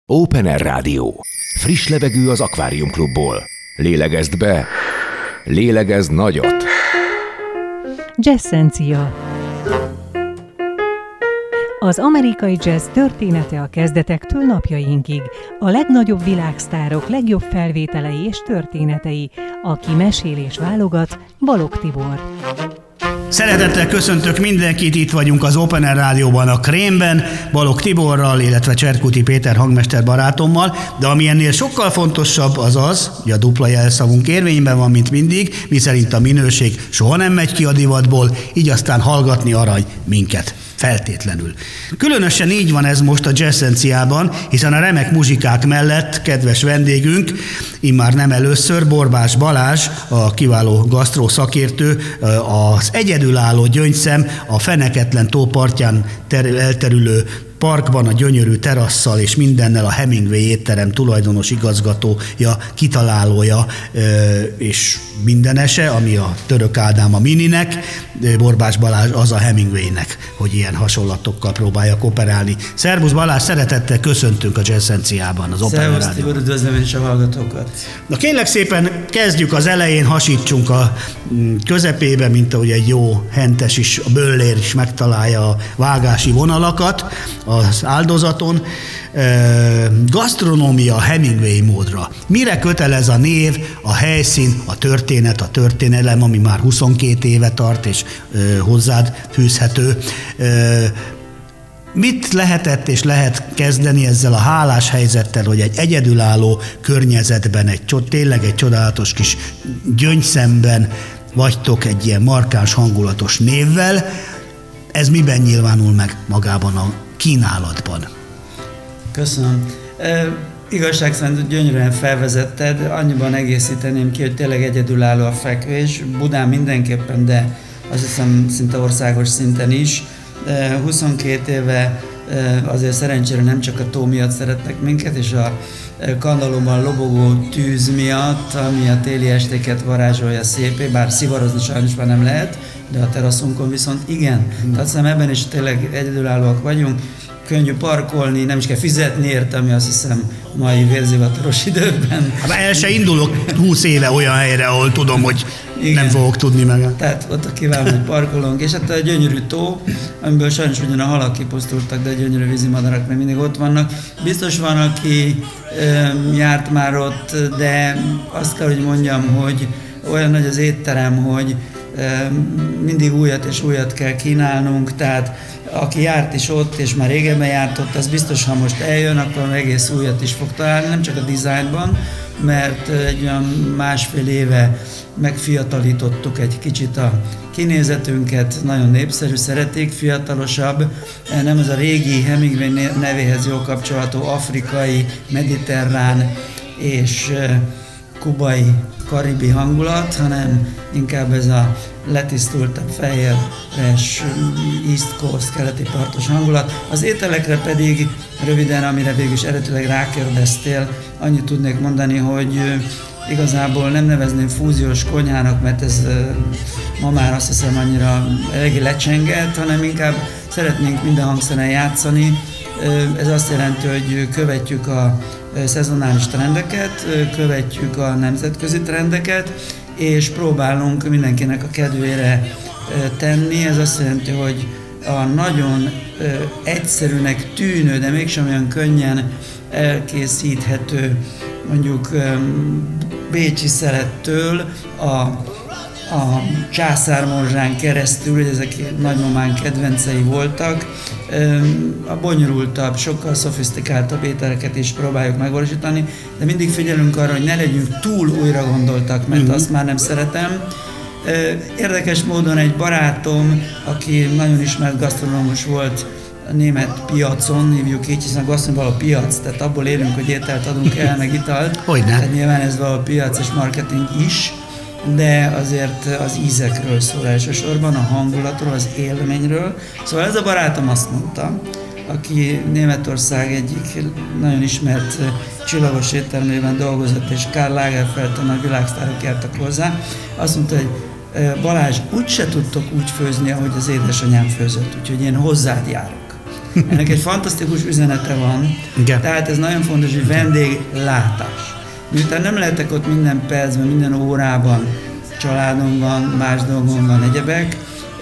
Open Air Rádió. Friss levegő az Akvárium Klubból. Lélegezd be, lélegezd nagyot. Jazzencia. Az amerikai jazz története a kezdetektől napjainkig. A legnagyobb világsztárok legjobb felvételei és történetei. Aki mesél és válogat, Balogh Tibor. Szeretettel köszöntök mindenkit, itt vagyunk az Open Air Rádióban, a Krémben, Balogh Tiborral, illetve Cserkuti Péter hangmester barátommal, de ami ennél sokkal fontosabb az az, hogy a dupla jelszavunk érvényben van, mint mindig, miszerint a minőség soha nem megy ki a divatból, így aztán hallgatni arany minket. Feltétlenül. Különösen így van ez most a Jazzenciában, hiszen a remek muzsikák mellett kedves vendégünk, immár nem először, Borbás Balázs, a kiváló gasztró szakértő, az egyedülálló Gyöngyszem, a feneketlen tó partján elterülő parkban a gyönyörű terasszal és mindennel a Hemingway étterem tulajdonos igazgatója, kitalálója és mindenese, ami a Török Ádám a Mininek, Borbás Balázs az a Hemingwaynek, hogy ilyen hasonlatokkal próbálja operálni. Szervusz Balázs, szeretettel köszöntünk a Jazzenciában, az Open Air Rádióban. Szervusz Tibor, üdvözlöm is a hallgatókat. Na kérlek szépen, kezdjük az elején, hasítsunk a közepébe, mint ahogy egy jó hentes is, a böllér is megtalálja a vágási vonalakat az áldozaton. Gasztronómia Hemingway módra. Mire kötelez a név, a helyszín, a történet, a történelem, ami már 22 éve tart, és hozzád fűzhető. Mit lehetett és lehet kezdeni ezzel a hálás helyzettel, hogy egy egyedülálló környezetben, tényleg egy csodálatos kis Gyöngyszemben vagytok egy ilyen markáns, hangulatos névvel? Ez miben nyilvánul meg magában a kínálatban? Köszönöm. Igazság szerint gyönyörűen felvezetted, annyiban egészíteném ki, hogy tényleg egyedülálló a fekvés, Budán mindenképpen, de azt hiszem szinte országos szinten is. 22 éve azért szerencsére nem csak a tó miatt szeretnek minket, és a kandallóban lobogó tűz miatt, ami a téli estéket varázsolja szépé, bár szivarozni sajnos már nem lehet, de a teraszunkon viszont igen. Tehát hiszem ebben is tényleg egyedülállóak vagyunk, könnyű parkolni, nem is kell fizetni érte, ami azt hiszem mai vérzivataros időkben. Hát el se indulok 20 éve olyan helyre, ahol tudom, hogy igen, nem fogok tudni meg. Tehát ott a kívánul, hogy parkolunk, és hát a gyönyörű tó, amiből sajnos ugyan a halak kipusztultak, de a gyönyörű vízimadarak még mindig ott vannak. Biztos van, aki járt már ott, de azt kell, hogy mondjam, hogy olyan nagy az étterem, hogy mindig újat és újat kell kínálnunk, tehát aki járt is ott, és már régebben járt ott, az biztos, ha most eljön, akkor egész újat is fog találni, nem csak a dizájnban, mert egy olyan másfél éve megfiatalítottuk egy kicsit a kinézetünket, nagyon népszerű, szeretik, fiatalosabb, nem az a régi Hemingway nevéhez jó kapcsolatú afrikai, mediterrán és kubai, karibi hangulat, hanem inkább ez a letisztultabb, fehéres, East Coast, keleti partos hangulat. Az ételekre pedig röviden, amire végül is eredetileg rákérdeztél, annyit tudnék mondani, hogy igazából nem nevezném fúziós konyhának, mert ez ma már azt hiszem annyira eléggé lecsengett, hanem inkább szeretnénk minden hangszeren játszani. Ez azt jelenti, hogy követjük a szezonális trendeket, követjük a nemzetközi trendeket, és próbálunk mindenkinek a kedvére tenni. Ez azt jelenti, hogy a nagyon egyszerűnek tűnő, de mégsem olyan könnyen elkészíthető, mondjuk bécsi szelettől a császármorzsán keresztül, hogy ezek nagymamán kedvencei voltak, a bonyolultabb, sokkal szofisztikáltabb ételeket is próbáljuk megvalósítani, de mindig figyelünk arra, hogy ne legyünk túl újra gondoltak, mert azt már nem szeretem. Érdekes módon egy barátom, aki nagyon ismert gasztronómus volt a német piacon, hívjuk így, hiszen a gasztronóban a piac, tehát abból élünk, hogy ételt adunk el, meg italt. Tehát nyilván ez valahol piac és marketing is, de azért az ízekről szól elsősorban, a hangulatról, az élményről. Szóval ez a barátom azt mondta, aki Németország egyik nagyon ismert csillagos éttermében dolgozott, és Karl Lagerfeldtől a világsztárok jártak hozzá, azt mondta, hogy Balázs, úgyse tudtok úgy főzni, ahogy az édesanyám főzött, úgyhogy én hozzád járok. Ennek egy fantasztikus üzenete van. Igen. Tehát ez nagyon fontos, hogy vendéglátás. Miután nem lehetek ott minden percben, minden órában, családom van, más dolgom van, egyebek,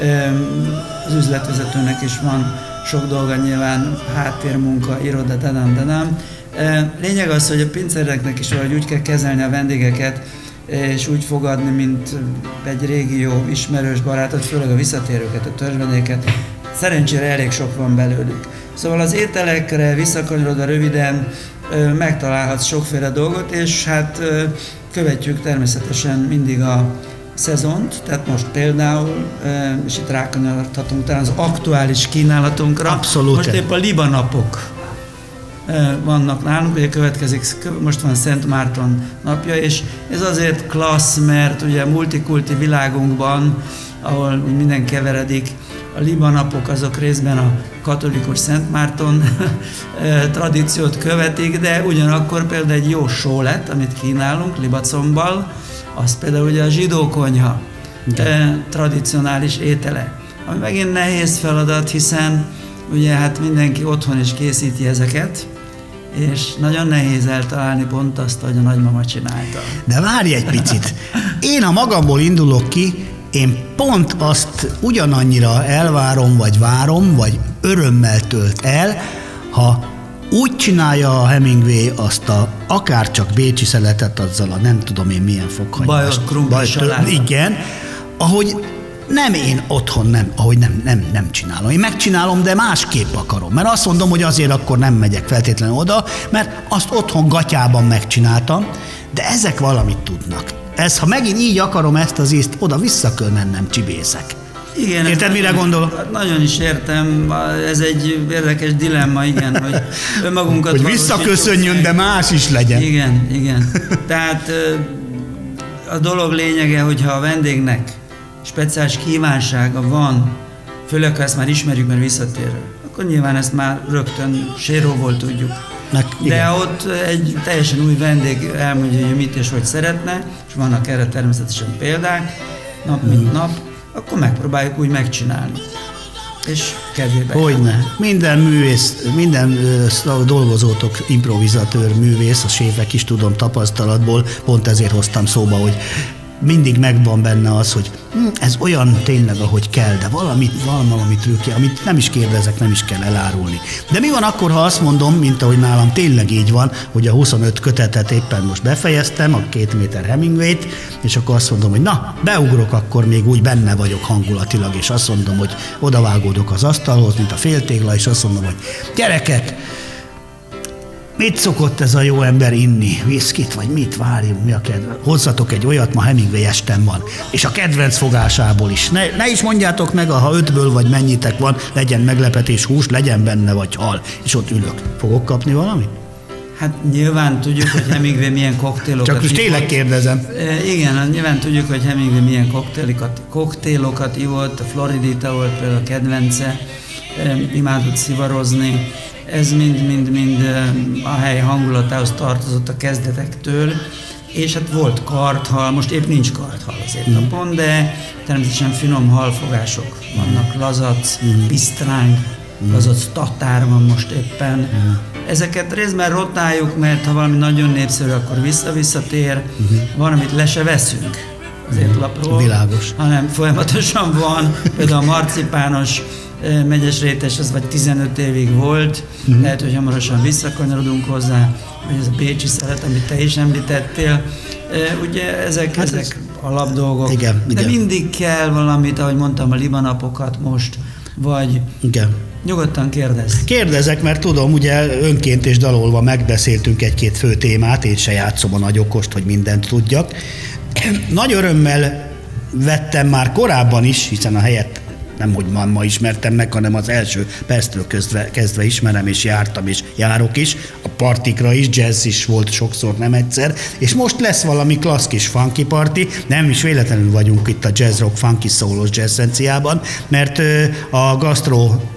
az üzletvezetőnek is van sok dolga, nyilván háttérmunka, iroda, dadám. Lényeg az, hogy a pincéreknek is valahogy úgy kell kezelni a vendégeket, és úgy fogadni, mint egy régi jó ismerős barátot, főleg a visszatérőket, a törzsvendégeket. Szerencsére elég sok van belőlük. Szóval az ételekre visszakanyarodva röviden megtalálhatsz sokféle dolgot, és hát követjük természetesen mindig a szezont, tehát most például, és itt rákanyarodhatunk talán az aktuális kínálatunkra. Abszolút. Most épp a libanapok vannak nálunk, ugye következik, most van Szent Márton napja, és ez azért klassz, mert ugye multikulti világunkban, ahol minden keveredik, a libanapok azok részben a katolikus Szent Márton tradíciót követik, de ugyanakkor például egy jó sólet, amit kínálunk libacombbal, az például ugye a zsidó konyha tradicionális étele, ami megint nehéz feladat, hiszen ugye hát mindenki otthon is készíti ezeket, és nagyon nehéz eltalálni pont azt, hogy a nagymama csinálta. De várj egy picit, én a magamból indulok ki, én pont azt ugyanannyira elvárom, vagy várom, vagy örömmel tölt el, ha úgy csinálja a Hemingway azt a akárcsak bécsi szeletet azzal a nem tudom én milyen fokhagymást. Bajos krumpli saláta. Igen, ahogy nem én otthon nem csinálom. Én megcsinálom, de másképp akarom. Mert azt mondom, hogy azért akkor nem megyek feltétlenül oda, mert azt otthon gatyában megcsináltam, de ezek valamit tudnak. Ez, ha megint így akarom ezt az ízt, oda vissza kell mennem, csibészek. Igen, érted, mire gondolok? Nagyon is értem, ez egy érdekes dilemma, igen, hogy önmagunkat hogy visszaköszönjön, de más is legyen. Igen. Tehát a dolog lényege, hogyha a vendégnek speciális kívánsága van, főleg ha ezt már ismerjük, mert visszatérő, akkor nyilván ezt már rögtön séróból tudjuk. De ott egy teljesen új vendég elmondja, hogy mit és hogy szeretne, és vannak erre természetesen példák, nap mint nap, akkor megpróbáljuk úgy megcsinálni. És kedvébe. Hogyne. Minden művész, minden dolgozótok improvizatőr, művész, a séfek is tudom tapasztalatból, pont ezért hoztam szóba, hogy mindig megvan benne az, hogy ez olyan tényleg, ahogy kell, de valami trükkje, amit nem is kérdezek, nem is kell elárulni. De mi van akkor, ha azt mondom, mint ahogy nálam tényleg így van, hogy a 25 kötetet éppen most befejeztem, a 2 méter Hemingway-t, és akkor azt mondom, hogy na, beugrok, akkor még úgy benne vagyok hangulatilag, és azt mondom, hogy odavágódok az asztalhoz, mint a féltégla, és azt mondom, hogy gyerekek, mit szokott ez a jó ember inni? Viszkit, vagy mit? Várjunk, mi a kedvenc? Hozzatok egy olyat, ma Hemingway estem van. És a kedvenc fogásából is. Ne is mondjátok meg, ha 5-ből vagy mennyitek van, legyen meglepetés hús, legyen benne vagy hal. És ott ülök. Fogok kapni valamit? Hát nyilván tudjuk, hogy Hemingway milyen koktélokat... Csak most tényleg kérdezem. Igen, nyilván tudjuk, hogy Hemingway milyen koktélokat ivott, a Floridita volt például a kedvence, imádott szivarozni. Ez mind a hely hangulatához tartozott a kezdetektől, és hát volt karthal, most épp nincs karthal az étlapon, de természetesen finom halfogások vannak, lazac, pisztráng, lazac tatár van most éppen. Ezeket részben rotáljuk, mert ha valami nagyon népszerű, akkor visszatér, van, amit le se veszünk az étlapról, világos, hanem folyamatosan van, például a marcipános megyesrétes, az vagy 15 évig volt, lehet, hogy hamarosan visszakanyarodunk hozzá, vagy ez a bécsi szelet, amit te is említettél. Ugye ezek alapdolgok. Igen. De mindig kell valamit, ahogy mondtam, a libanapokat most, vagy nyugodtan kérdezz. Kérdezek, mert tudom, ugye önként és dalolva megbeszéltünk egy-két fő témát, én se játszom a nagyokost, hogy mindent tudjak. Nagy örömmel vettem már korábban is, hiszen a helyet nem, hogy ma ismertem meg, hanem az első perctől kezdve ismerem, és jártam, és járok is. A partikra is, jazz is volt sokszor, nem egyszer. És most lesz valami klassz kis funky parti, nem is véletlenül vagyunk itt a jazz rock, funky soulos jazz essenciában, mert a gastro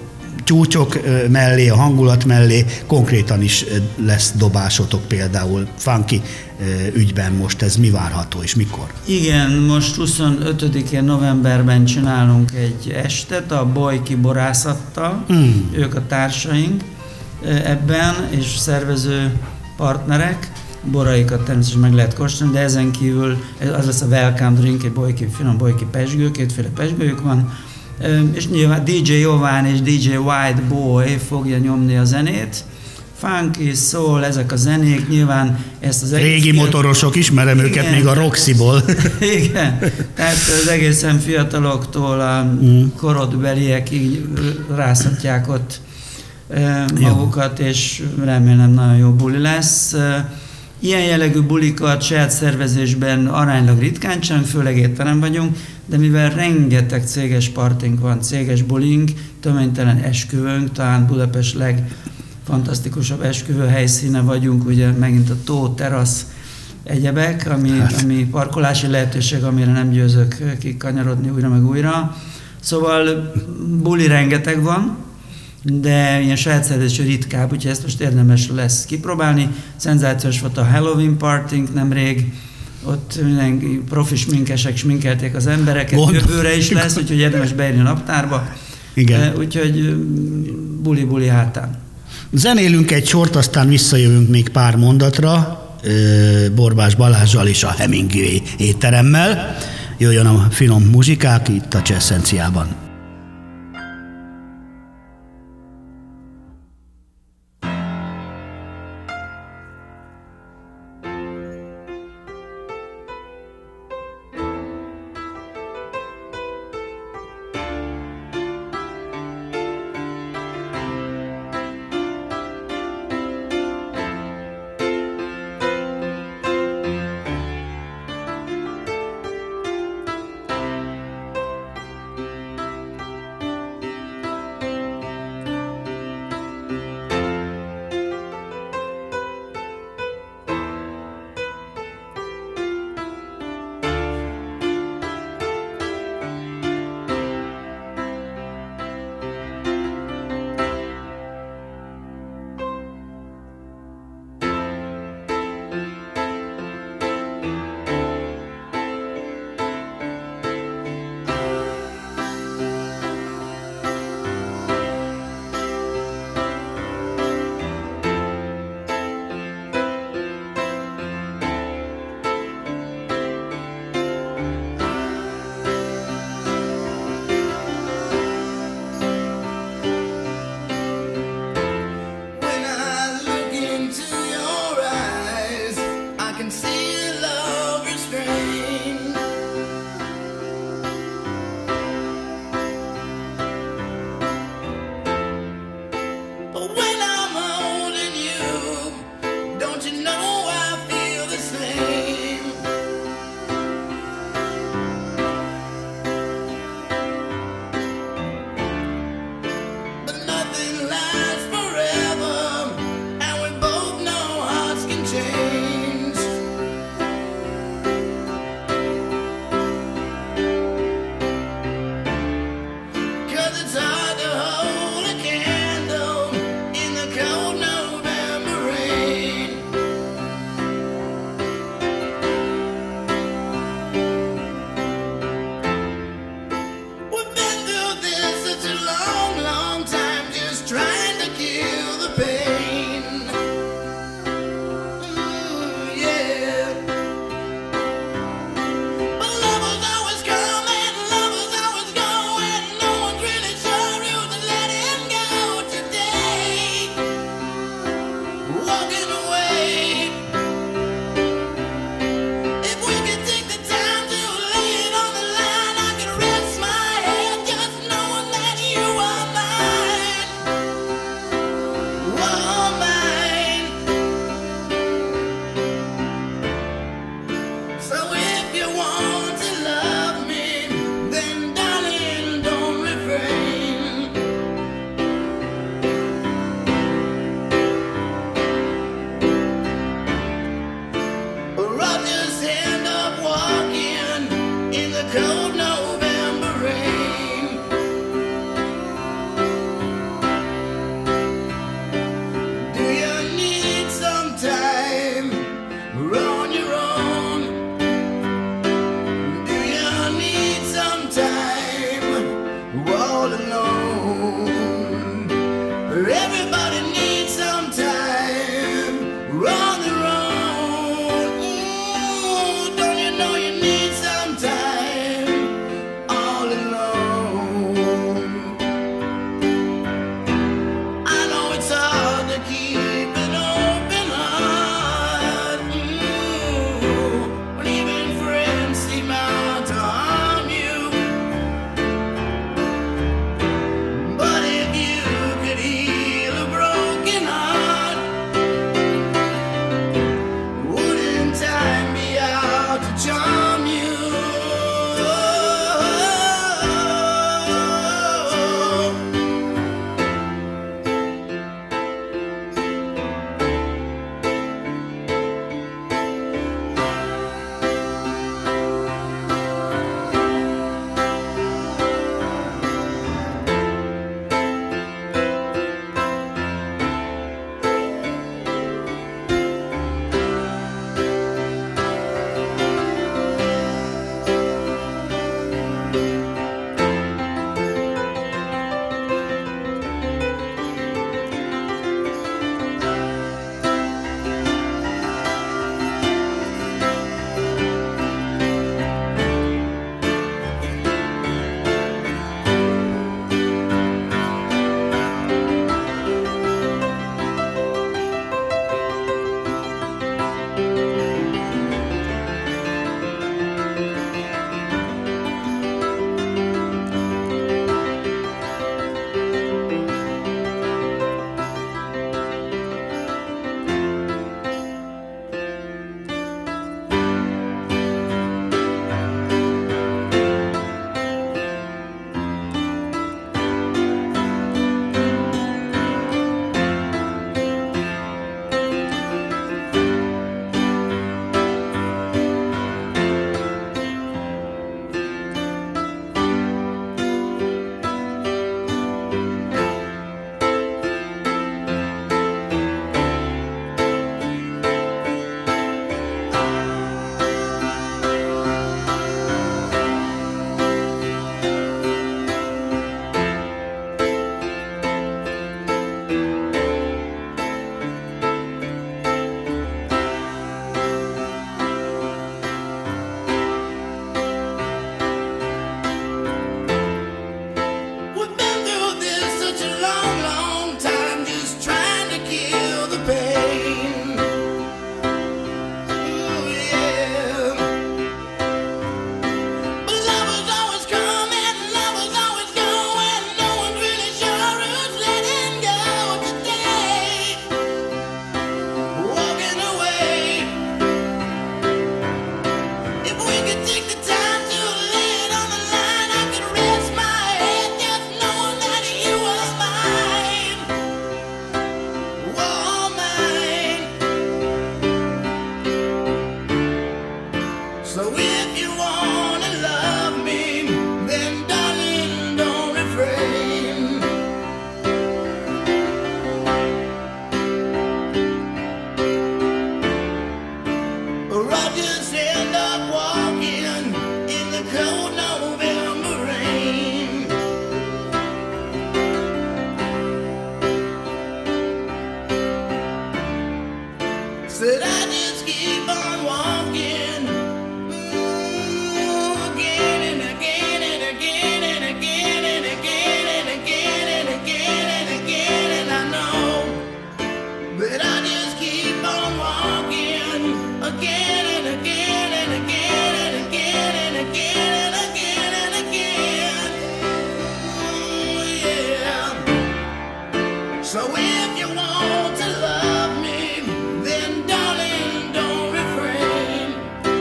csúcsok mellé, a hangulat mellé konkrétan is lesz dobásotok például funky ügyben most. Ez mi várható és mikor? Igen, most 25-én novemberben csinálunk egy estet a Bojki borászattal, ők a társaink ebben, és szervező partnerek, boraikat természetesen meg lehet kóstolni, de ezen kívül az lesz a welcome drink, egy finom bojki pezsgő, kétféle pezsgőjük van, és nyilván DJ Jován és DJ White Boy fogja nyomni a zenét. Funky, soul, ezek a zenék, nyilván ezt az egész... Régi motorosok, ismerem őket még a Roxyból. Igen, tehát az egészen fiataloktól a korodbeliekig rászhatják ott magukat, és remélem nagyon jó buli lesz. Ilyen jellegű bulikat saját szervezésben aránylag ritkán csinálunk, főleg étterem vagyunk, de mivel rengeteg céges partink van, céges bulink, töménytelen esküvőnk, talán Budapest legfantasztikusabb esküvő helyszíne vagyunk, ugye megint a tó, terasz, egyebek, ami parkolási lehetőség, amire nem győzök kikanyarodni újra meg újra. Szóval buli rengeteg van, de ilyen saját szervezésű ritkább, úgyhogy ezt most érdemes lesz kipróbálni. Szenzációs volt a Halloween partink nemrég, ott minden profi sminkesek sminkelték az embereket, jövőre is lesz, úgyhogy érdemes beírni a naptárba. Igen. Úgyhogy buli hátán. Zenélünk egy sort, aztán visszajövünk még pár mondatra, Borbás Balázsral és a Hemingway étteremmel. Jöjjön a finom muzsikák itt a Csesszenciában. Said I just keep on walking, again and again and again and again and again and again and again and again, and I know that I just keep on walking, again and again and again and again and again and again and again. Yeah. So if you want to love me, then darling, don't refrain.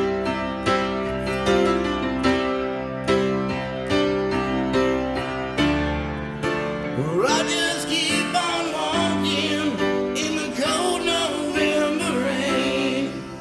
Or I just keep on walking in the cold November rain.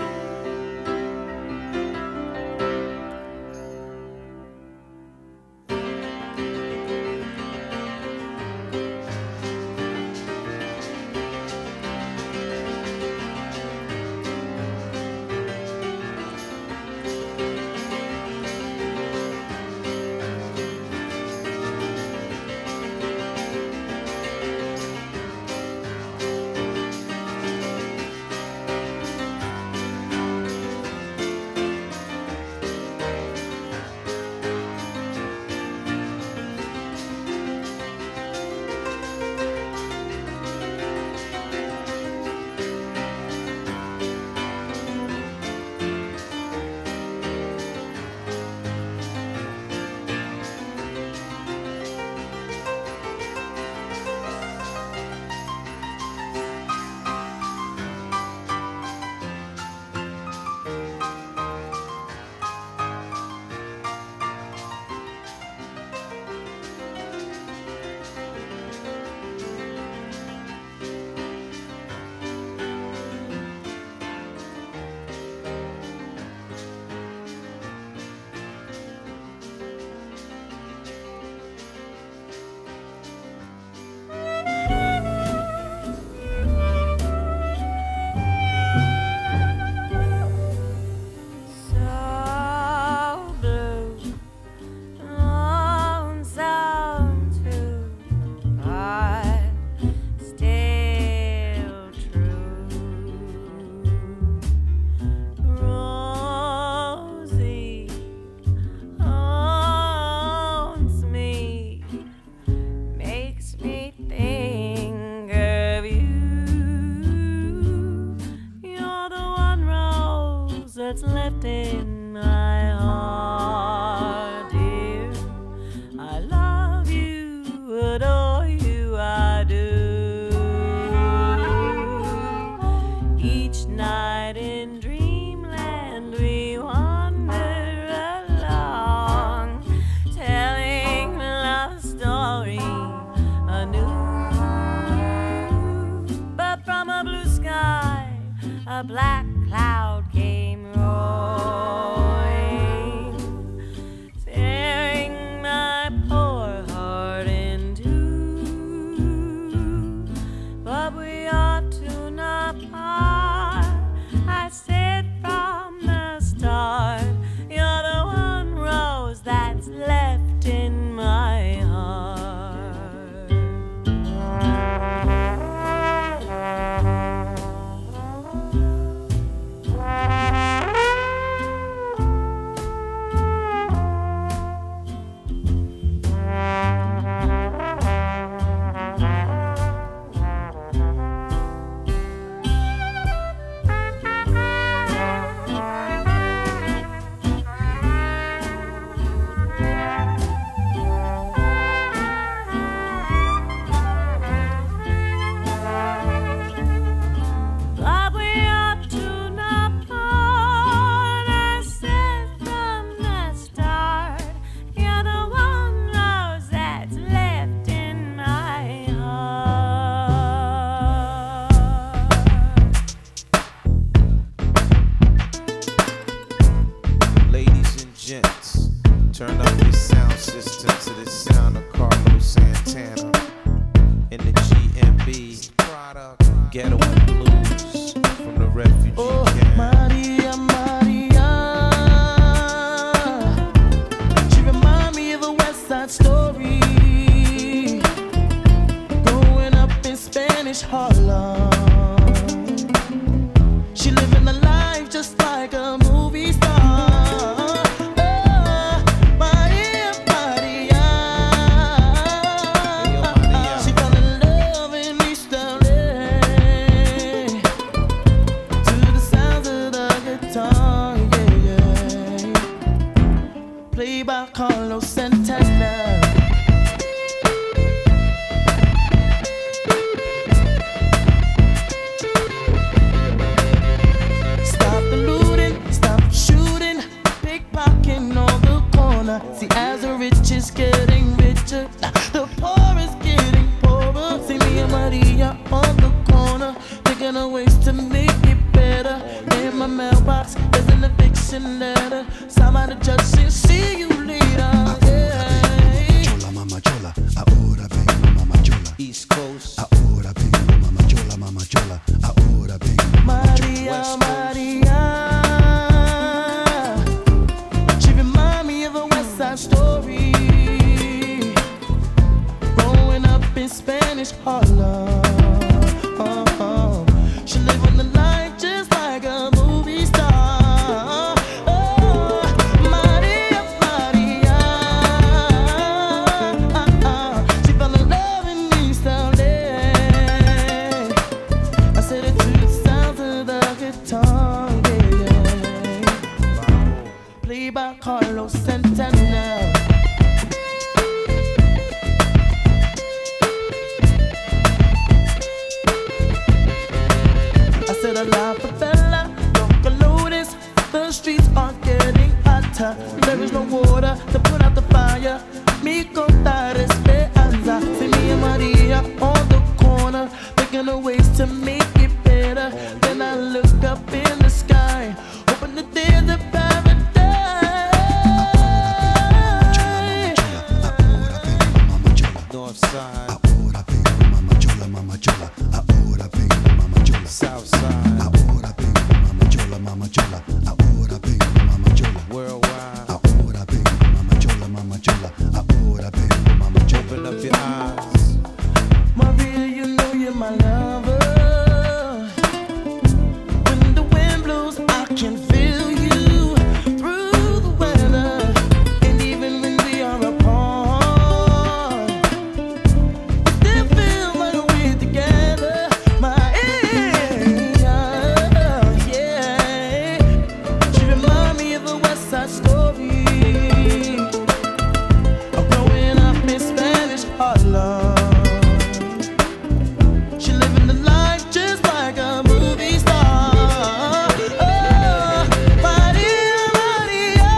That's left in my heart, dear. I love you, adore you, I do. Each night in dreamland we wander along, telling love story anew. But from a blue sky, a black cloud came rolling, tearing my poor heart in two. But we ought to not part. I said from the start, you're the one rose that's left in my heart. See, as the rich is getting richer, the poor is getting poorer. See me and Maria on the corner, thinking of ways to make it better. In my mailbox, there's an eviction letter. Somebody just said, see you later. Chola, mama chola, ahora vengo, mama chola. East Coast. Ahora vengo, mama chola, mama chola. Ahora vengo, mama chola. Maria. She remind me of a West Side Story. Growing up in Spanish Harlem. She live on the life just like a movie star. Maria, Maria. She fell in love in East LA. I said it to the sounds of the guitar, yeah. Played by Carlos Santana. I said a la favela, local lotus. The streets are getting hotter. There is no water to put out the fire. Mi contar esperanza. See me and Maria on the corner, thinking of ways to make it better. Then I look up in the sky, hoping that there's a paradise. North side. Ahora vengo, mama chola, mama chola. Ahora vengo, mama chola. South side. Ahora vengo, mama chola, mama chola. Ahora vengo, mama chola. Worldwide. Ahora vengo, mama chola, mama chola. Ahora vengo, mama chola. Open up your eyes. Maria, you know you're my lover. When the wind blows, I can feel you through the weather. And even when we are apart, it still feels like we're together. Yeah. She remind me of a West Side Story. I'm growing up in Spanish Harlem. She living the life just like a movie star. Oh, Maria, Maria.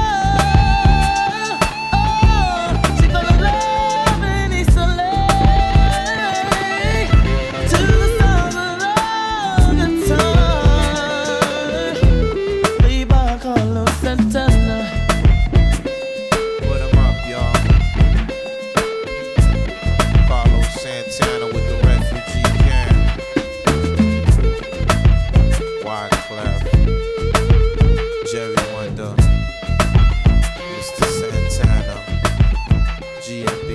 Oh, she fell in love in East LA. To the sounds of the guitar. Played by Carlos Santana. Put 'em up, y'all. Carlos Santana with the refugee camp. Wyclef, Jerry Wonder, Mr. Santana, G&B.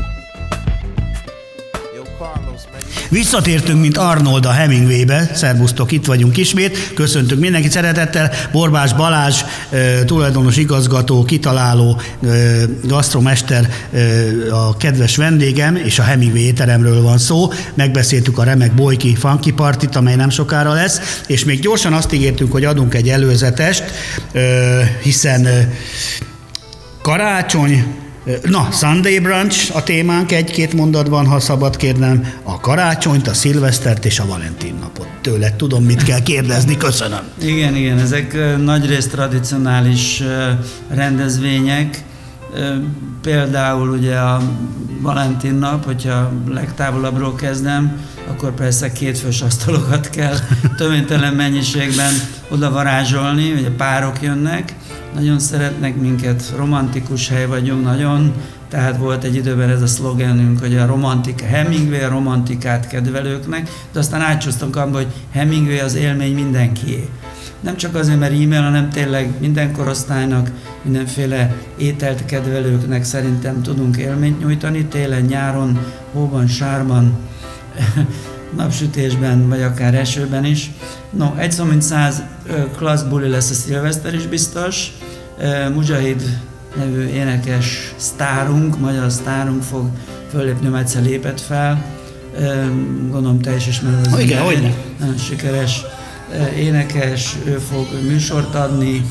Yo, Carlos, man. Visszatértünk, mint Arnold a Hemingwaybe. Szerbusztok, itt vagyunk ismét. Köszöntünk mindenkit szeretettel. Borbás Balázs, tulajdonos igazgató, kitaláló, gasztromester a kedves vendégem, és a Hemingway étteremről van szó. Megbeszéltük a remek Bolyki Funky Partit, amely nem sokára lesz, és még gyorsan azt ígértünk, hogy adunk egy előzetest, hiszen karácsony, Sunday Brunch a témánk, egy-két mondatban, ha szabad kérnem, a karácsonyt, a szilvesztert és a Valentin napot. Tőled tudom, mit kell kérdezni, köszönöm. Igen, ezek nagyrészt tradicionális rendezvények. Például ugye a Valentin nap, hogyha legtávolabbról kezdem, akkor persze kétfős asztalokat kell töménytelen mennyiségben oda varázsolni, ugye párok jönnek, nagyon szeretnek minket, romantikus hely vagyunk nagyon, tehát volt egy időben ez a szlogenünk, hogy a romantika, Hemingway a romantikát kedvelőknek, de aztán átcsúsztunk abba, hogy Hemingway az élmény mindenkié. Nem csak azért, mert e-mail, hanem tényleg minden korosztálynak, mindenféle ételt kedvelőknek szerintem tudunk élményt nyújtani, télen, nyáron, hóban, sárban, napsütésben, vagy akár esőben is. No, egy szó mint 100 klassz buli lesz a szilveszter is biztos. Mujahid nevű énekes sztárunk, magyar sztárunk fog föllépni, egyszer lépett fel. Gondolom te is ismered az igen, hogyne. Nagyon sikeres énekes, ő fog műsort adni,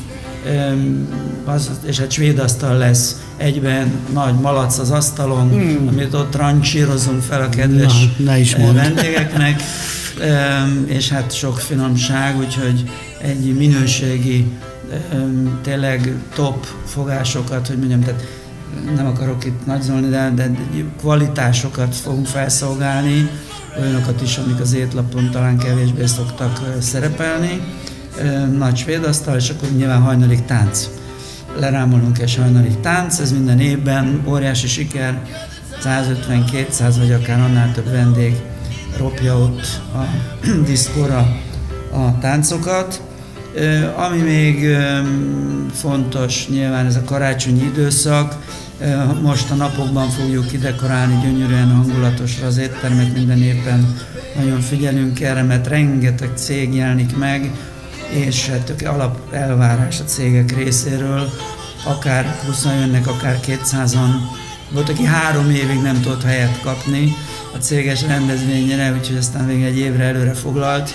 és egy svéd asztal lesz egyben, nagy malac az asztalon, amit ott rancsírozunk fel a kedves vendégeknek, és hát sok finomság, úgyhogy egy minőségi, tényleg top fogásokat, hogy mondjam, tehát nem akarok itt nagyzolni, de kvalitásokat fogunk felszolgálni, olyanokat is, amik az étlapon talán kevésbé szoktak szerepelni. Nagy svédasztal, és akkor nyilván hajnalig tánc. Lerámolunk egy hajnalig tánc, ez minden évben óriási siker, 150-200 vagy akár annál több vendég ropja ott a diszkóra a táncokat. Ami még fontos, nyilván ez a karácsonyi időszak. Most a napokban fogjuk kidekorálni gyönyörűen hangulatosra az éttermet, minden évben nagyon figyelünk erre, mert rengeteg cég jelenik meg, és hát alap elvárás a cégek részéről, akár 20-an jönnek, akár 200-an. Volt, aki 3 évig nem tudott helyet kapni a céges rendezvényre, úgyhogy aztán végig egy évre előre foglalt.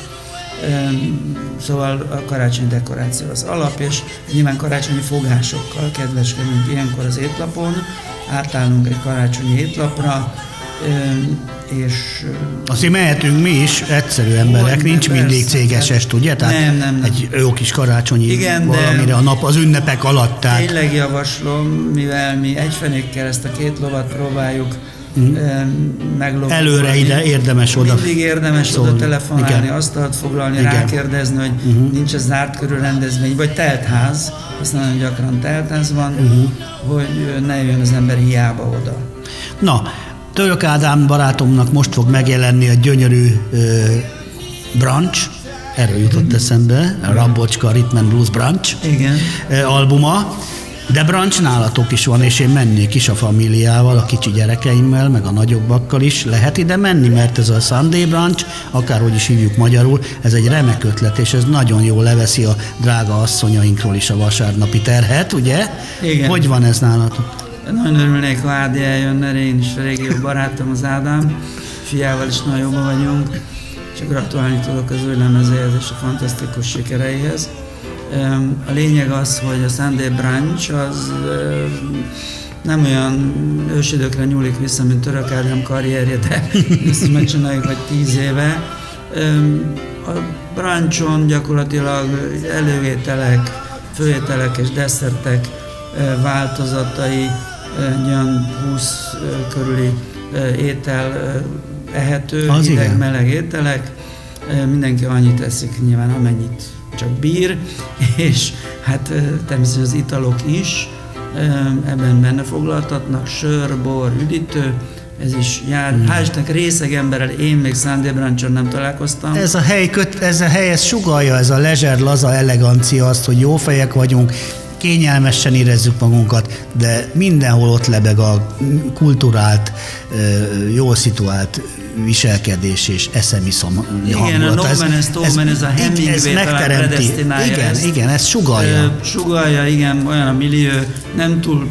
Szóval a karácsonyi dekoráció az alap, és nyilván karácsonyi fogásokkal kedveskedünk ilyenkor az étlapon, átállunk egy karácsonyi étlapra, és... Azért mehetünk mi is, egyszerű emberek, nincs persze, mindig céges est, ugye? Tehát nem. egy jó kis karácsonyi igen, valamire a nap, az ünnepek alatt. Tehát... Tényleg javaslom, mivel mi egyfenékkel ezt a 2 lovat próbáljuk meglopni. Előre ide érdemes oda. Mindig érdemes oda telefonálni, asztalt foglalni, igen. Rákérdezni, hogy nincs ez zárt körű rendezvény, vagy teltház, aztán nagyon gyakran teltház van, hogy ne jön az ember hiába oda. Na, Török Ádám barátomnak most fog megjelenni a gyönyörű Brunch, erről jutott eszembe, a Rabocska Rhythm and Blues Brunch albuma, de brunch nálatok is van, és én mennék is a familiával, a kicsi gyerekeimmel, meg a nagyobbakkal is. Lehet ide menni, mert ez a Sunday brunch, akárhogy is hívjuk magyarul, ez egy remek ötlet, és ez nagyon jól leveszi a drága asszonyainkról is a vasárnapi terhet, ugye? Igen. Hogy van ez nálatok? Nagyon örülnék, ha Ádi eljönne, én is régi jó barátom az Ádám, fiával is nagyon jobban vagyunk, csak gratulálni tudok az új lemezéhez és a fantasztikus sikereihez. A lényeg az, hogy a Sunday Brunch az nem olyan ősidőkre nyúlik vissza, mint Török Ádám karrierje, de ezt megcsináljuk vagy 10 éve. A brunchon gyakorlatilag előételek, főételek és desszertek változatai, olyan 20 körüli étel ehető, hideg-meleg ételek. Mindenki annyit eszik nyilván, amennyit csak bír, és hát természetesen az italok is ebben benne foglaltatnak, sör, bor, üdítő, ez is jár. Hál' Istennek részeg emberrel én még Sunday Brunchon nem találkoztam. Ez a hely, ez sugallja, ez a leisure, laza elegancia, azt, hogy jó fejek vagyunk, kényelmesen érezzük magunkat, de mindenhol ott lebeg a kulturált, jól szituált viselkedés és eszemiszom hangulat. Igen, a No Man is Toman, ez a Hemingway talán predestinálja ezt. Igen, ez sugalja. Sugalja, igen, olyan a millió, nem túl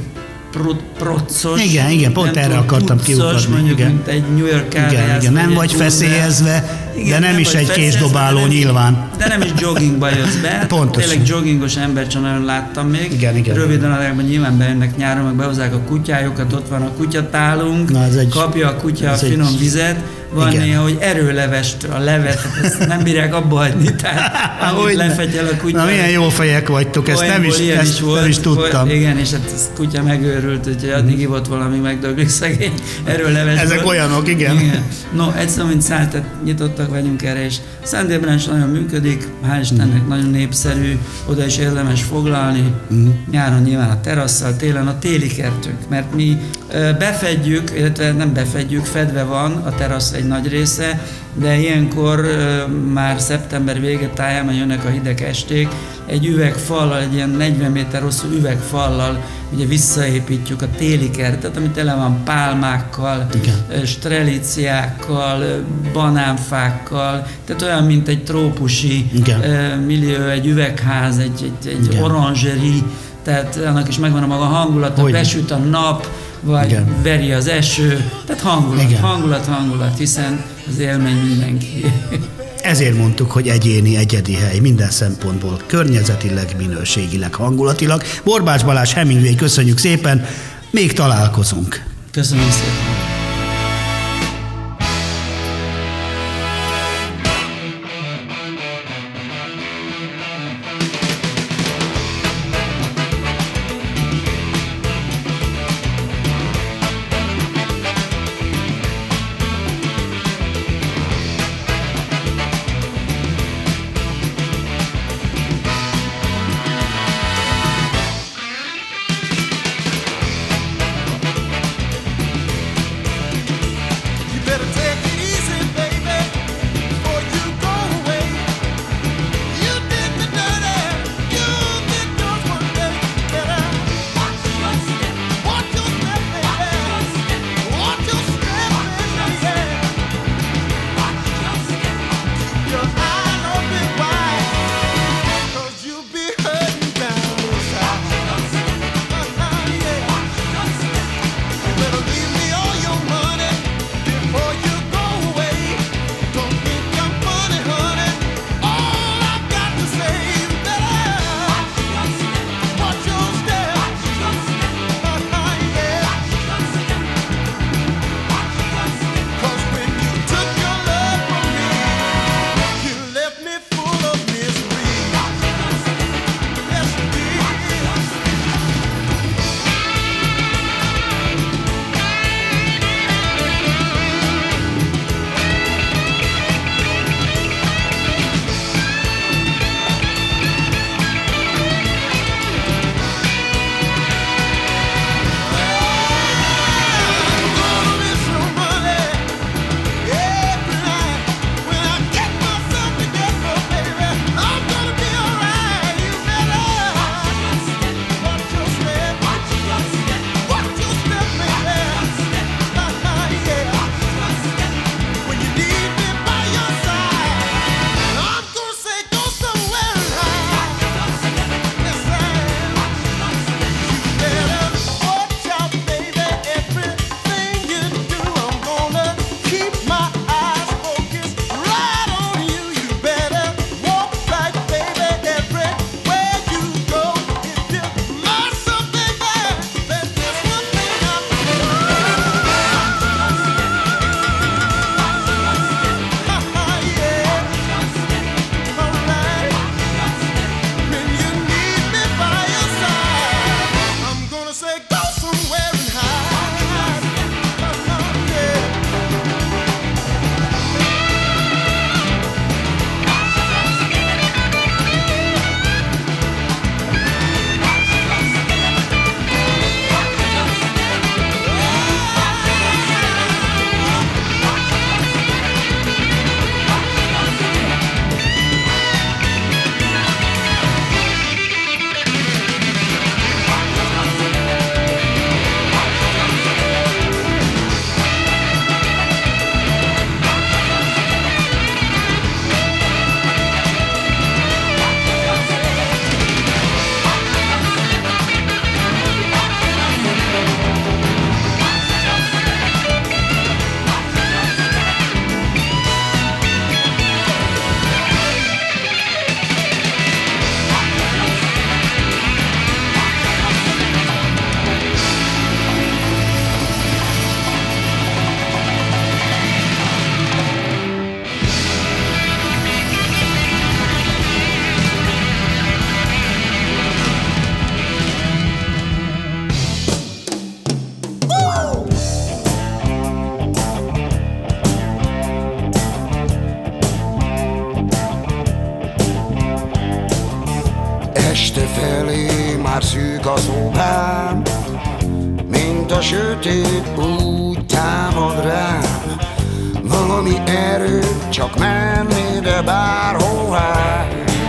proccos. Igen, pont erre akartam kiukadni. Mondjuk, mint egy New York kávéház. Igen, nem vagy feszélyezve, de nem is egy késdobáló nyilván. De nem is joggingba jössz be. Pontosan. Tényleg joggingos embert csak nagyon láttam még. Igen. Röviden adágban nyilván bejönnek nyáron, meg behozzák a kutyájukat, ott van a kutyatálunk, kapja a kutya a finom vizet. Van néha, hogy erőlevest, a levet, ezt nem bírják abba hagyni, tehát amit lefetyel a kutya. Na milyen jó fejek vagytok, ezt nem is tudtam. Igen, és hát a kutya megőrült, úgyhogy addig ivott valami megdöglik szegény erőleves. Ezek olyanok, igen. No, egyszer, mint szállt, nyitottak vagyunk erre, és Sunday Brunch nagyon működik, hál' Istennek nagyon népszerű, oda is érdemes foglalni. Nyáron nyilván a terasszal, télen a téli kertünk, mert mi befedjük, illetve nem befedjük, fedve van a terasz egy nagy része, de ilyenkor már szeptember vége táján jönnek a hideg esték, egy üvegfallal, egy ilyen 40 méter hosszú üvegfallal ugye visszaépítjük a téli kertet, ami tele van pálmákkal, strelíciákkal, banánfákkal, tehát olyan, mint egy trópusi millió, egy üvegház, egy orangerie, tehát annak is megvan a maga hangulata, besüt a nap, vagy veri az eső, tehát hangulat, hiszen az élmény mindenki. Ezért mondtuk, hogy egyéni, egyedi hely, minden szempontból, környezetileg, minőségileg, hangulatilag. Borbács Balázs, Hemingway, köszönjük szépen, még találkozunk. Köszönöm szépen. Este felé már szűk a szobám, mint a sötét úgy támad rám. Valami erő, csak menni, de bárhová.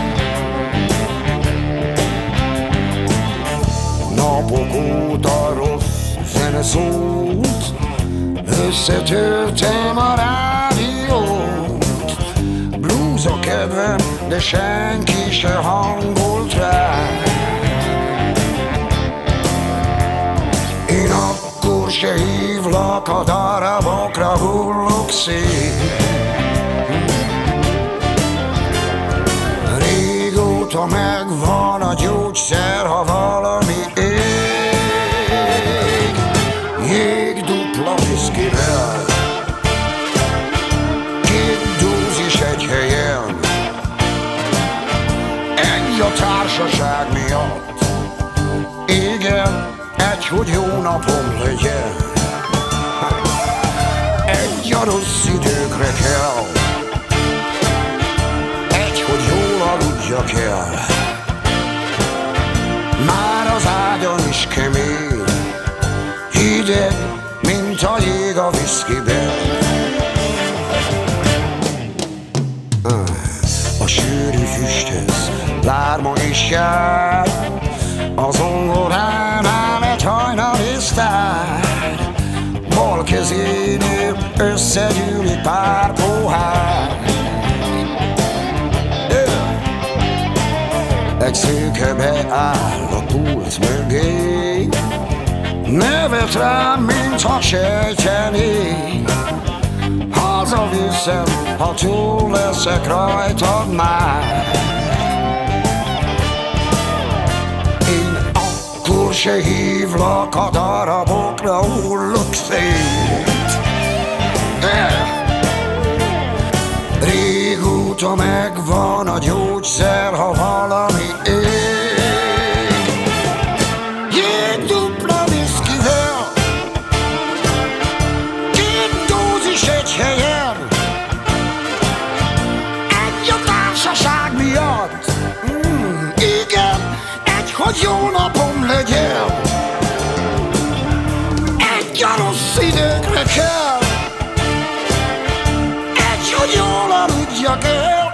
Napok óta rossz zene szólt, összetörtem a rádiót. Blues a kedvem, de senki se hangolt rá. Én akkor se hívlak, a darabokra hullok szét. Régóta megvan a gyógyszer, ha valami ég. Jég dupla viszkivel, 2 dózis egy helyen. Egy a társaság miatt, igen, egy, hogy jó napom legyen. Egy a rossz időkre kell, egy, hogy jól aludjak el. Már az ágyon is kemény, hideg, mint a jég a viszkiben. A sűrű füsthez lárma is jár, a zongoránál egy hajnali sztár. Bal kezénél összegyűlik pár pohár. Egy szőke beáll a pult mögé, nevet rám, mintha sejtené. Hazaviszem, ha túl leszek rajtad már. Én akkor se hívlak, a darabokra hullok szét. Régóta megvan a gyógyszer, ha valami ég. Jég dupla viszkivel, 2 dózis egy helyen. Egy a társaság miatt, igen, egy, hogy jó napom legyen. Egy a rossz időkre kell, egy, hogy jól aludjak el.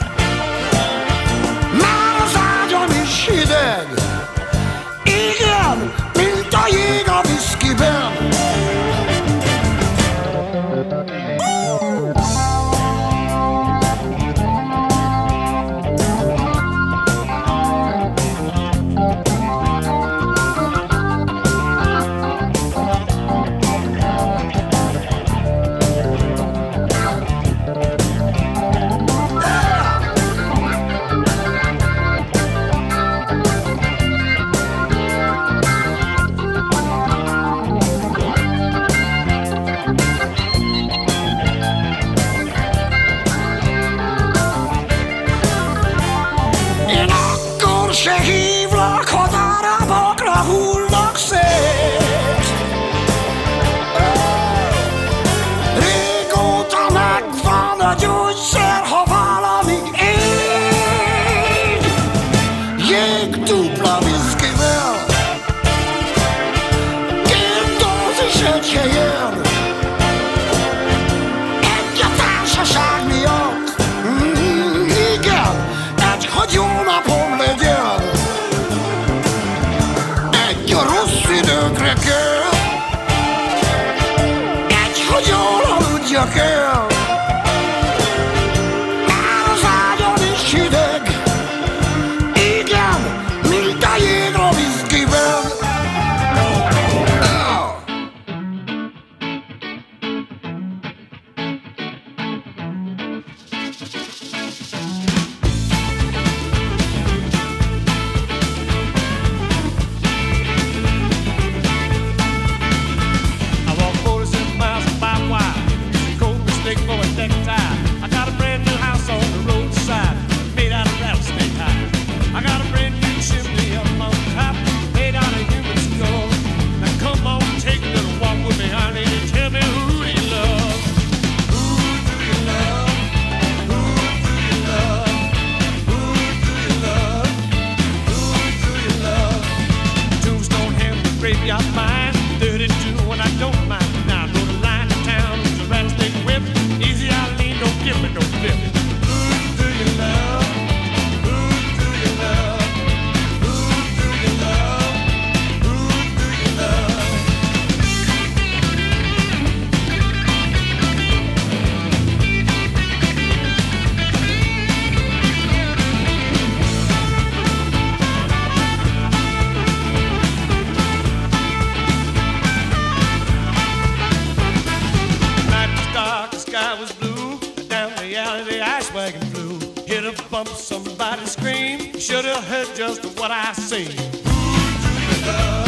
Már az ágyam is hideg, igen, mint a jég a viszkiben. Se hívlak, ha darabokra hullok szét. Régóta megvan a gyógyszer, ha valami ég. Jég dupla viszkivel, 2 dózis egy helyen. Egy a társaság miatt, igen, egy, hogy jó napom legyen. Egy a rossz időkre kell, egy, hogy jól aludjak el. Már az ágyam is hideg, igen, mint a jég a viszkiben. got mine. 32 and I don't mind. Now go to line in town, it's a rattlesnake whip. Easy Eileen, don't give me no flip. Who do you love? Who do you love? Who do you love? Who do you love? Sky was blue, down the alley the ice wagon flew. Hit a bump, somebody screamed. Should have heard just what I seen. Who do you love?